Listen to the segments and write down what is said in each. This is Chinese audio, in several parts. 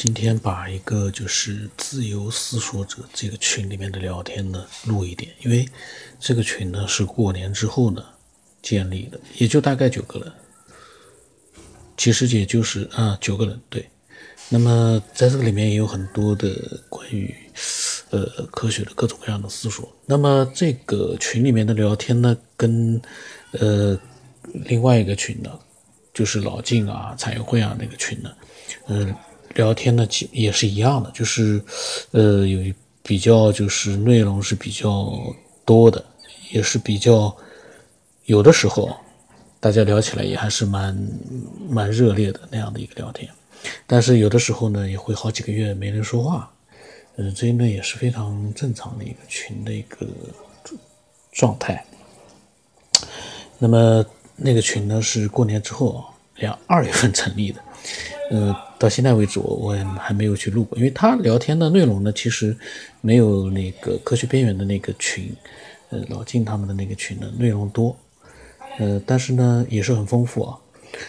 今天把一个就是自由思索者这个群里面的聊天呢录一点，因为这个群呢是过年之后呢建立的，也就大概9个人，其实也就是9个人，对。那么在这个里面也有很多的关于科学的各种各样的思索。那么这个群里面的聊天呢，跟另外一个群呢，就是老晋啊、彩绘啊那个群呢，聊天呢也是一样的，就是有比较就是内容是比较多的，也是比较有的时候大家聊起来也还是蛮热烈的那样的一个聊天。但是有的时候呢也会好几个月没人说话，这呢也是非常正常的一个群的一个状态。那么那个群呢是过年之后2月份成立的，到现在为止我也还没有去录过，因为他聊天的内容呢其实没有那个科学边缘的那个群，老晋他们的那个群的内容多，但是呢也是很丰富啊。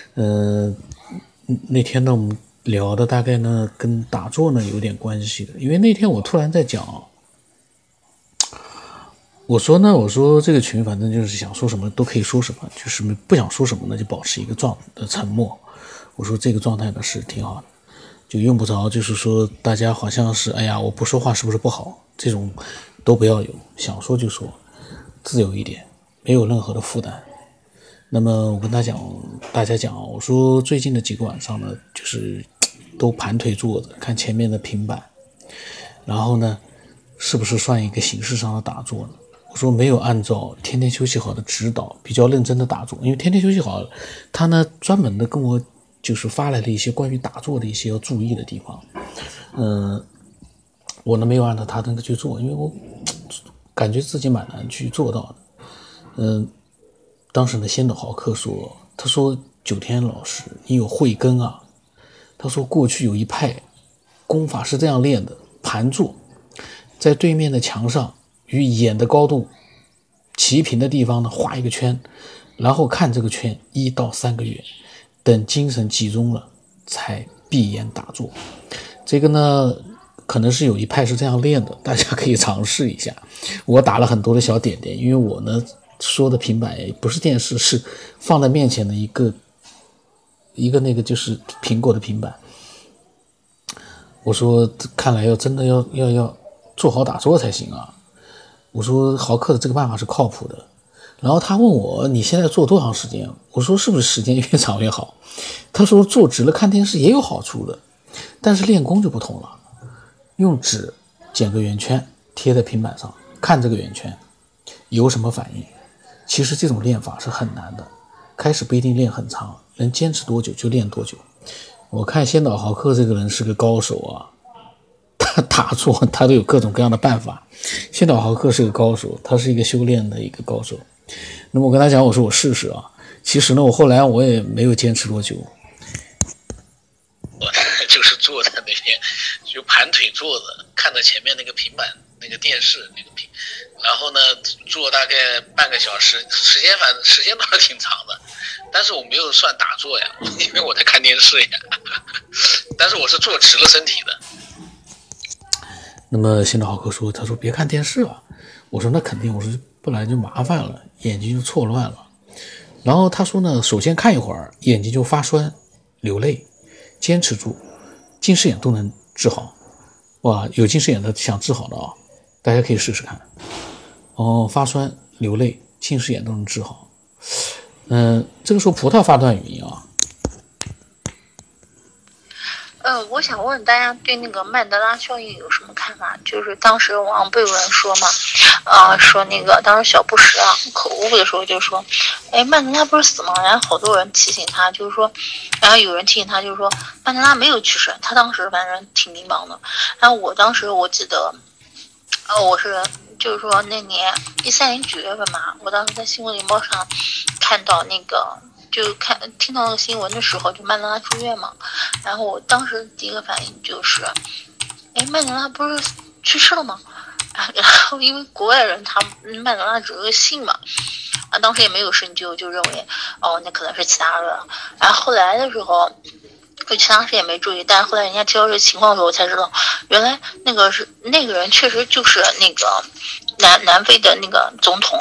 那天呢我们聊的大概呢跟打坐呢有点关系的，因为那天我突然在讲，我说这个群反正就是想说什么都可以说什么，就是不想说什么呢就保持一个沉默。我说这个状态呢是挺好的，就用不着就是说大家好像是我不说话是不是不好，这种都不要有，想说就说，自由一点，没有任何的负担。那么我跟大家讲，我说最近的几个晚上呢，就是都盘腿坐着看前面的平板，然后呢是不是算一个形式上的打坐呢？我说没有按照天天休息好的指导比较认真的打坐，因为天天休息好他呢专门的跟我就是发来了一些关于打坐的一些要注意的地方，我呢没有按照他那个去做，因为我感觉自己蛮难去做到的。当时呢先导豪克说，他说九天老师你有慧根啊，他说过去有一派功法是这样练的，盘坐在对面的墙上与眼的高度齐平的地方呢画一个圈，然后看这个圈1到3个月，等精神集中了才闭眼打坐。这个呢可能是有一派是这样练的，大家可以尝试一下。我打了很多的小点点，因为我呢说的平板不是电视，是放在面前的一个那个就是苹果的平板。我说看来真的要做好打坐才行啊。我说豪克的这个办法是靠谱的。然后他问我你现在做多长时间，我说是不是时间越长越好。他说坐直了看电视也有好处的，但是练功就不同了，用纸剪个圆圈贴在平板上，看这个圆圈有什么反应。其实这种练法是很难的，开始不一定练很长，能坚持多久就练多久。我看先导豪克这个人是个高手啊，他打坐他都有各种各样的办法。先导豪克是个高手，他是一个修炼的一个高手。那么我跟他讲，我说我试试啊。其实呢我后来我也没有坚持多久， 就是坐在那边就盘腿坐着，看着前面那个平板那个电视那个屏，然后呢坐大概半个小时，时间倒是挺长的，但是我没有算打坐呀，因为我在看电视呀，但是我是坐直了身体的。 那么先导豪克说，他说别看电视了。我说那肯定，我说不然就麻烦了，眼睛就错乱了。然后他说呢，首先看一会儿眼睛就发酸流泪，坚持住，近视眼都能治好。哇，有近视眼的想治好的啊，大家可以试试看。发酸流泪近视眼都能治好。这个时候葡萄发段语音啊。 我想问大家对那个曼德拉效应有什么看法？就是当时网上不有人说嘛，说那个当时小布什口误的时候就说，曼德拉不是死吗？然后好多人提醒他，就是说，然后有人提醒他，就是说曼德拉没有去世，他当时反正挺迷茫的。然后我当时我记得，我是就是说那年2013年9月份嘛，我当时在新闻联播上看到那个。就听到那个新闻的时候，就曼德拉住院嘛，然后我当时第一个反应就是，曼德拉不是去世了吗？然后因为国外人他曼德拉只是个姓嘛，当时也没有深究，就认为那可能是其他的。然后后来的时候， 我当时也没注意，但是后来人家提到这个情况的时候，我才知道，原来那个人确实就是那个南非的那个总统。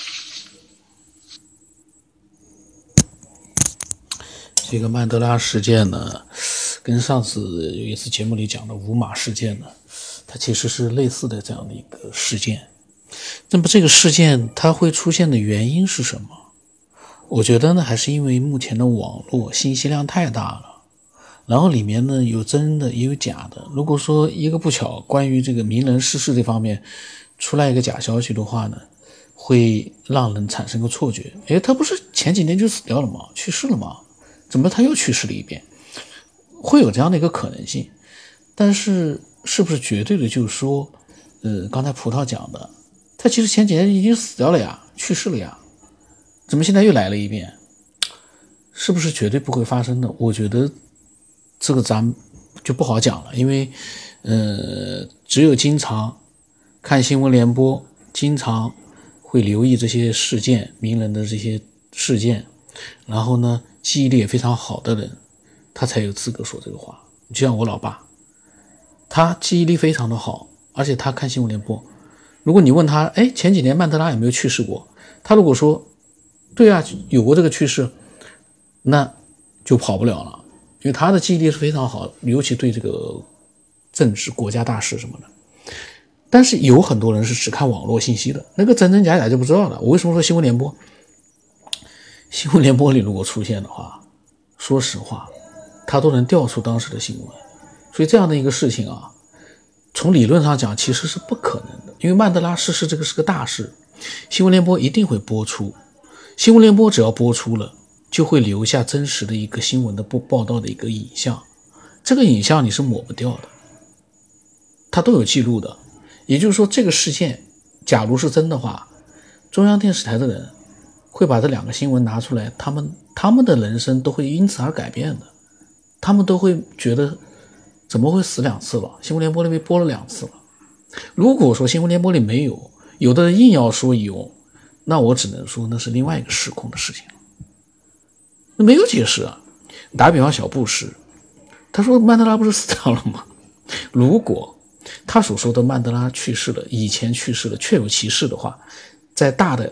这个曼德拉事件呢，跟上次有一次节目里讲的五马事件呢，它其实是类似的这样的一个事件。那么这个事件它会出现的原因是什么？我觉得呢，还是因为目前的网络信息量太大了，然后里面呢有真的也有假的。如果说一个不巧，关于这个名人逝世这方面出来一个假消息的话呢，会让人产生个错觉，他不是前几年就死掉了吗？去世了吗？怎么他又去世了一遍？会有这样的一个可能性。但是是不是绝对的就是说刚才葡萄讲的，他其实前几年已经死掉了呀，去世了呀，怎么现在又来了一遍？是不是绝对不会发生的？我觉得这个咱们就不好讲了，因为只有经常看新闻联播，经常会留意这些事件，名人的这些事件，然后呢记忆力也非常好的人，他才有资格说这个话。就像我老爸，他记忆力非常的好，而且他看新闻联播，如果你问他前几年曼德拉有没有去世过，他如果说对啊有过这个去世，那就跑不了了，因为他的记忆力是非常好，尤其对这个政治国家大事什么的。但是有很多人是只看网络信息的，那个真真假假就不知道了。我为什么说新闻联播？新闻联播里如果出现的话，说实话他都能调出当时的新闻，所以这样的一个事情啊，从理论上讲其实是不可能的。因为曼德拉逝世这个是个大事，新闻联播一定会播出，新闻联播只要播出了，就会留下真实的一个新闻的报道的一个影像，这个影像你是抹不掉的，它都有记录的。也就是说这个事件假如是真的话，中央电视台的人会把这两个新闻拿出来，他们的人生都会因此而改变的，他们都会觉得怎么会死2次了，新闻联播里面播了2次了。如果说新闻联播里没有，有的人硬要说有，那我只能说那是另外一个时空的事情，那没有解释啊。打比方小布什，他说曼德拉不是死掉了吗？如果他所说的曼德拉去世了，以前去世了，确有其事的话，在大的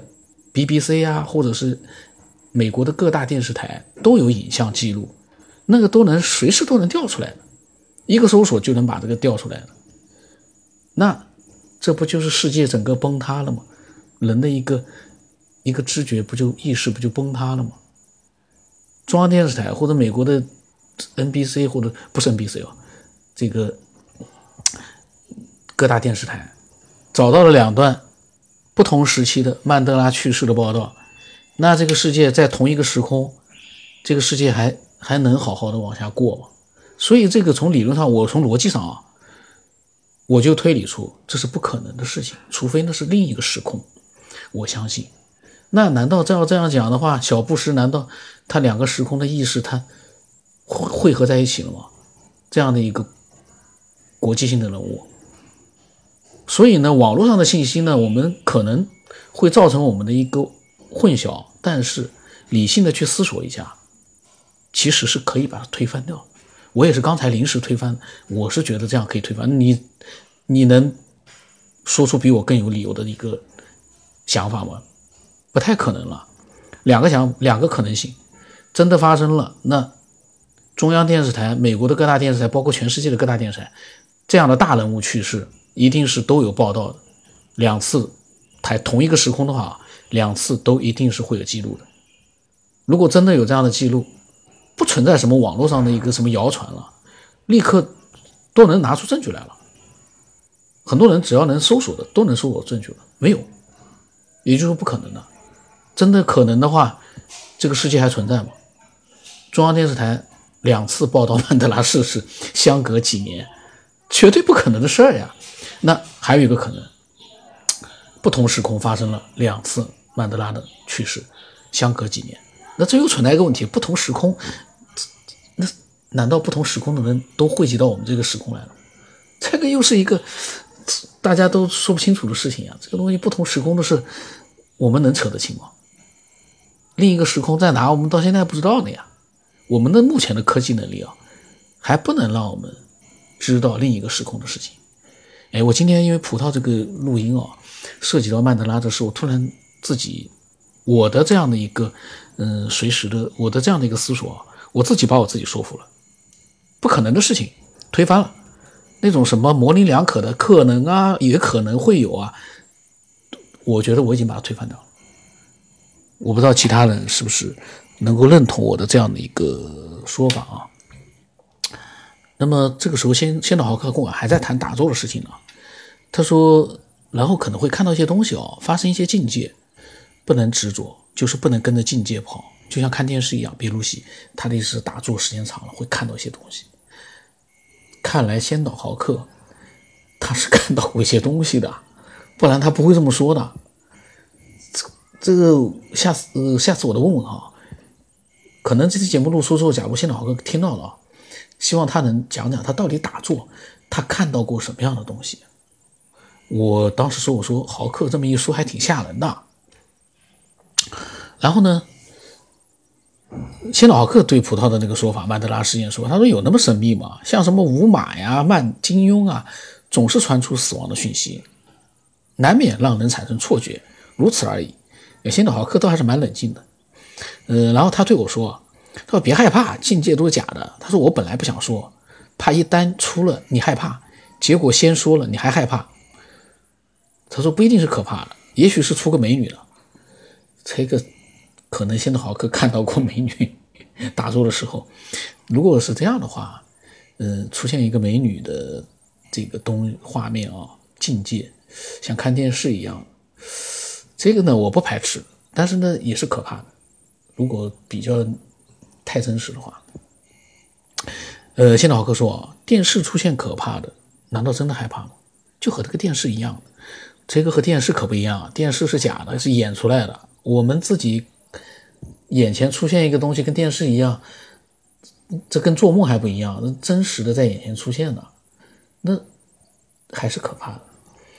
BBC 啊，或者是美国的各大电视台都有影像记录，那个都能随时都能调出来的，一个搜索就能把这个调出来的。那这不就是世界整个崩塌了吗？人的一个知觉意识不就崩塌了吗？中央电视台或者美国的 NBC 或者不是 NBC 这个各大电视台找到了2段不同时期的曼德拉去世的报道，那这个世界在同一个时空，这个世界还能好好的往下过吗？所以这个从理论上，我从逻辑上我就推理出这是不可能的事情，除非那是另一个时空。我相信，那难道照这样讲的话，小布什难道他2个时空的意识他汇合在一起了吗？这样的一个国际性的人物。所以呢，网络上的信息呢，我们可能会造成我们的一个混淆，但是理性的去思索一下，其实是可以把它推翻掉。我也是刚才临时推翻，我是觉得这样可以推翻。你能说出比我更有理由的一个想法吗？不太可能了。两个可能性，真的发生了，那中央电视台、美国的各大电视台，包括全世界的各大电视台，这样的大人物去世，一定是都有报道的。2次台同一个时空的话，2次都一定是会有记录的。如果真的有这样的记录，不存在什么网络上的一个什么谣传了，立刻都能拿出证据来了。很多人只要能搜索的都能搜索证据了，没有，也就是说不可能的。真的可能的话，这个世界还存在吗？中央电视台2次报道曼德拉逝世相隔几年，绝对不可能的事儿呀。那还有一个可能，不同时空发生了2次曼德拉的去世相隔几年，那这又存在一个问题，不同时空，那难道不同时空的人都汇集到我们这个时空来了？这个又是一个大家都说不清楚的事情呀。这个东西不同时空的事，我们能扯得清吗？另一个时空在哪，我们到现在不知道的呀。我们的目前的科技能力还不能让我们知道另一个时空的事情。我今天因为葡萄这个录音涉及到曼德拉的事，我突然自己我的这样的一个随时的我的这样的一个思索我自己把我自己说服了，不可能的事情推翻了，那种什么模棱两可的可能啊，也可能会有啊，我觉得我已经把它推翻掉了。我不知道其他人是不是能够认同我的这样的一个说法啊。那么这个时候先导豪克跟我还在谈打坐的事情呢，他说然后可能会看到一些东西发生一些境界，不能执着，就是不能跟着境界跑，就像看电视一样。别入戏，他的意思是打坐时间长了会看到一些东西。看来先导豪克他是看到过一些东西的，不然他不会这么说的。这个下次我的问问可能这期节目录出之后，假如先导豪克听到了希望他能讲讲他到底打坐他看到过什么样的东西。我当时我说豪克这么一说还挺吓人的。然后呢，先导豪克对葡萄的那个说法，曼德拉事件说，他说有那么神秘吗？像什么五马呀、金庸啊，总是传出死亡的讯息，难免让人产生错觉，如此而已。先导豪克倒还是蛮冷静的。然后他对我说，他说别害怕，境界都是假的。他说我本来不想说，怕一单出了你害怕，结果先说了你还害怕。他说不一定是可怕的，也许是出个美女了。这个可能先导豪克看到过美女打坐的时候，如果是这样的话，出现一个美女的这个画面境界像看电视一样，这个呢我不排斥，但是呢也是可怕的，如果比较太真实的话。先导豪克说电视出现可怕的，难道真的害怕吗？就和这个电视一样，这个和电视可不一样，电视是假的，是演出来的，我们自己眼前出现一个东西跟电视一样，这跟做梦还不一样，真实的在眼前出现的，那还是可怕的。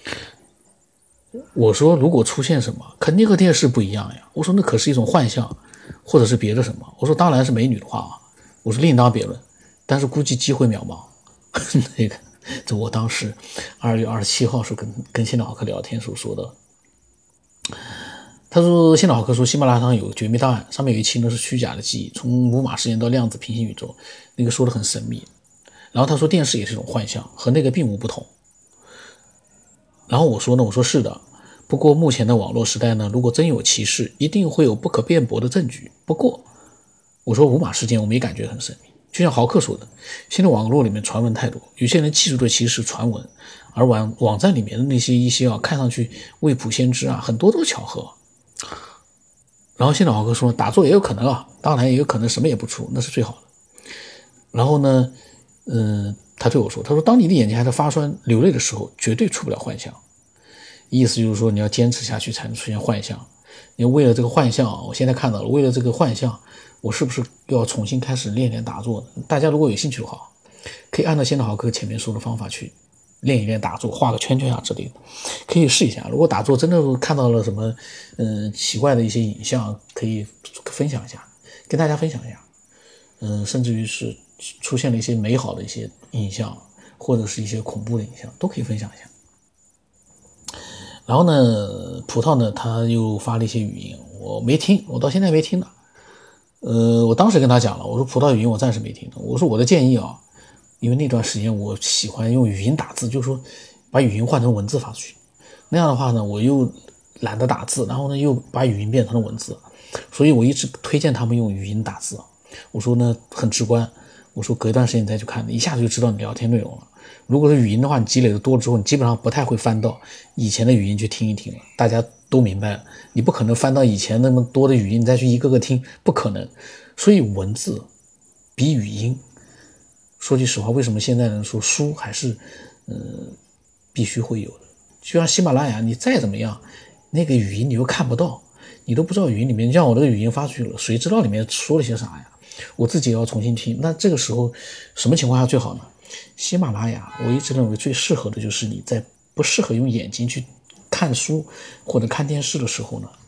我说如果出现什么肯定和电视不一样呀，我说那可是一种幻象或者是别的什么，我说当然是美女的话我说另当别论，但是估计机会渺茫。那个这我当时2月27号时候跟先导豪克聊天时候说的。他说先导豪克说喜马拉雅上有绝密档案，上面有一期呢是虚假的记忆，从无码时间到量子平行宇宙，那个说的很神秘。然后他说电视也是一种幻象，和那个并无不同。然后我说呢，我说是的，不过目前的网络时代呢，如果真有歧视，一定会有不可辩驳的证据。不过我说无码事件我没感觉很神秘，就像豪克说的，现在网络里面传闻太多，有些人记住的其实是传闻，而网站里面的那些一些看上去未卜先知很多都是巧合。然后现在豪克说打坐也有可能当然也有可能什么也不出，那是最好的。然后呢他对我说，他说当你的眼睛还在发酸流泪的时候，绝对出不了幻象。意思就是说你要坚持下去才能出现幻象。你为了这个幻象我现在看到了，为了这个幻象我是不是要重新开始练打坐呢？大家如果有兴趣的话，可以按照先导豪克前面说的方法去练一练打坐，画个圈圈之类的，可以试一下。如果打坐真的看到了什么奇怪的一些影像，可以分享一下，跟大家分享一下。甚至于是出现了一些美好的一些影像，或者是一些恐怖的影像，都可以分享一下。然后呢，葡萄呢他又发了一些语音，我没听，我到现在没听呢。我当时跟他讲了，我说葡萄语音我暂时没听，我说我的建议因为那段时间我喜欢用语音打字，就是说把语音换成文字发出去，那样的话呢我又懒得打字，然后呢又把语音变成了文字，所以我一直推荐他们用语音打字。我说呢很直观，我说隔一段时间你再去看，一下子就知道你聊天内容了。如果是语音的话，你积累的多之后，你基本上不太会翻到以前的语音去听一听了，大家都明白了，你不可能翻到以前那么多的语音再去一个个听，不可能。所以文字比语音，说句实话，为什么现在人说书还是必须会有的？就像喜马拉雅，你再怎么样，那个语音你又看不到，你都不知道语音里面，像我这个语音发出去了，谁知道里面说了些啥呀？我自己也要重新听。那这个时候什么情况下最好呢？喜马拉雅我一直认为最适合的就是你在不适合用眼睛去看书或者看电视的时候呢，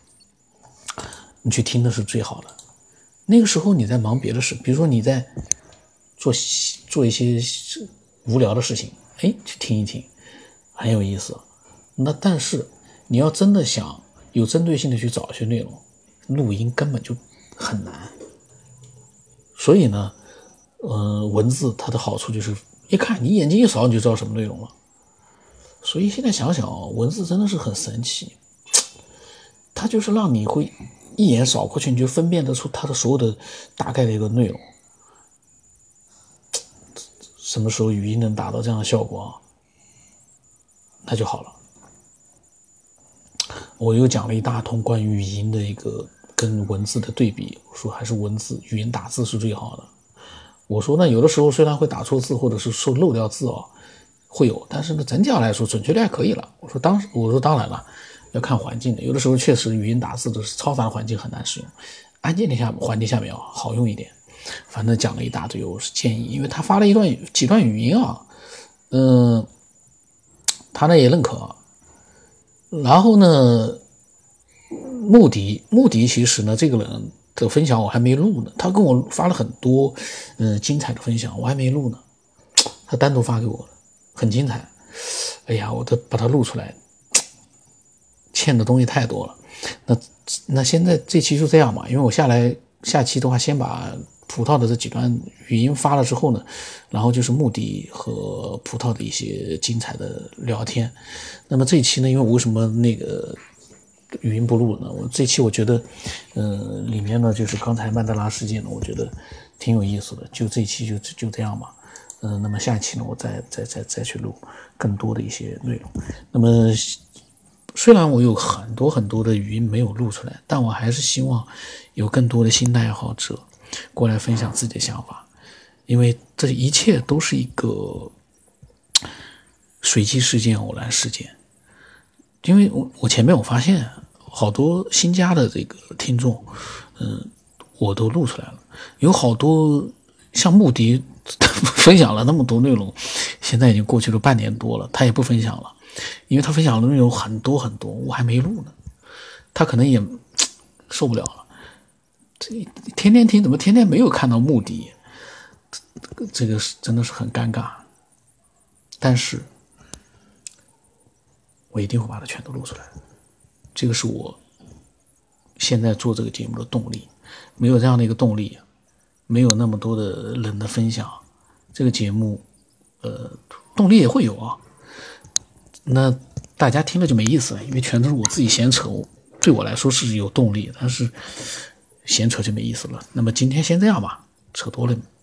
你去听的是最好的。那个时候你在忙别的事，比如说你在做一些无聊的事情，哎，去听一听，很有意思。那但是你要真的想有针对性的去找一些内容，录音根本就很难。所以呢，文字它的好处就是一看你眼睛一扫你就知道什么内容了。所以现在想想，文字真的是很神奇，它就是让你会一眼扫过去，你就分辨得出它的所有的大概的一个内容。什么时候语音能达到这样的效果啊？那就好了。我又讲了一大通关于语音的一个跟文字的对比，我说还是文字语音打字是最好的。我说呢，有的时候虽然会打错字或者是说漏掉字会有，但是呢整体上来说准确率还可以了。我说当然了，要看环境的，有的时候确实语音打字的是超凡环境很难使用，安静的环境下面好用一点。反正讲了一大堆，我是建议，因为他发了几段语音他呢也认可。然后呢，穆迪其实呢这个人的分享我还没录呢，他跟我发了很多精彩的分享，我还没录呢，他单独发给我的，很精彩。哎呀，我都把它录出来，欠的东西太多了。那现在这期就这样吧，因为我下期的话先把葡萄的这几段语音发了之后呢，然后就是穆迪和葡萄的一些精彩的聊天。那么这一期呢，因为我为什么那个语音不录了呢？我这期我觉得里面呢就是刚才曼德拉事件呢，我觉得挺有意思的，就这一期就这样吧。那么下一期呢我再去录更多的一些内容。那么虽然我有很多的语音没有录出来，但我还是希望有更多的新的爱好者过来分享自己的想法，因为这一切都是一个随机事件、偶然事件。因为我前面我发现好多新加的这个听众，我都录出来了，有好多像穆迪分享了那么多内容，现在已经过去了半年多了，他也不分享了，因为他分享的内容很多很多，我还没录呢，他可能也受不了了。天天听，怎么天天没有看到穆迪？这个真的是很尴尬。但是我一定会把它全都录出来，这个是我现在做这个节目的动力。没有这样的一个动力，没有那么多的人的分享，这个节目动力也会有啊，那大家听了就没意思了，因为全都是我自己闲扯，对我来说是有动力，但是闲扯就没意思了。那么今天先这样吧，扯多了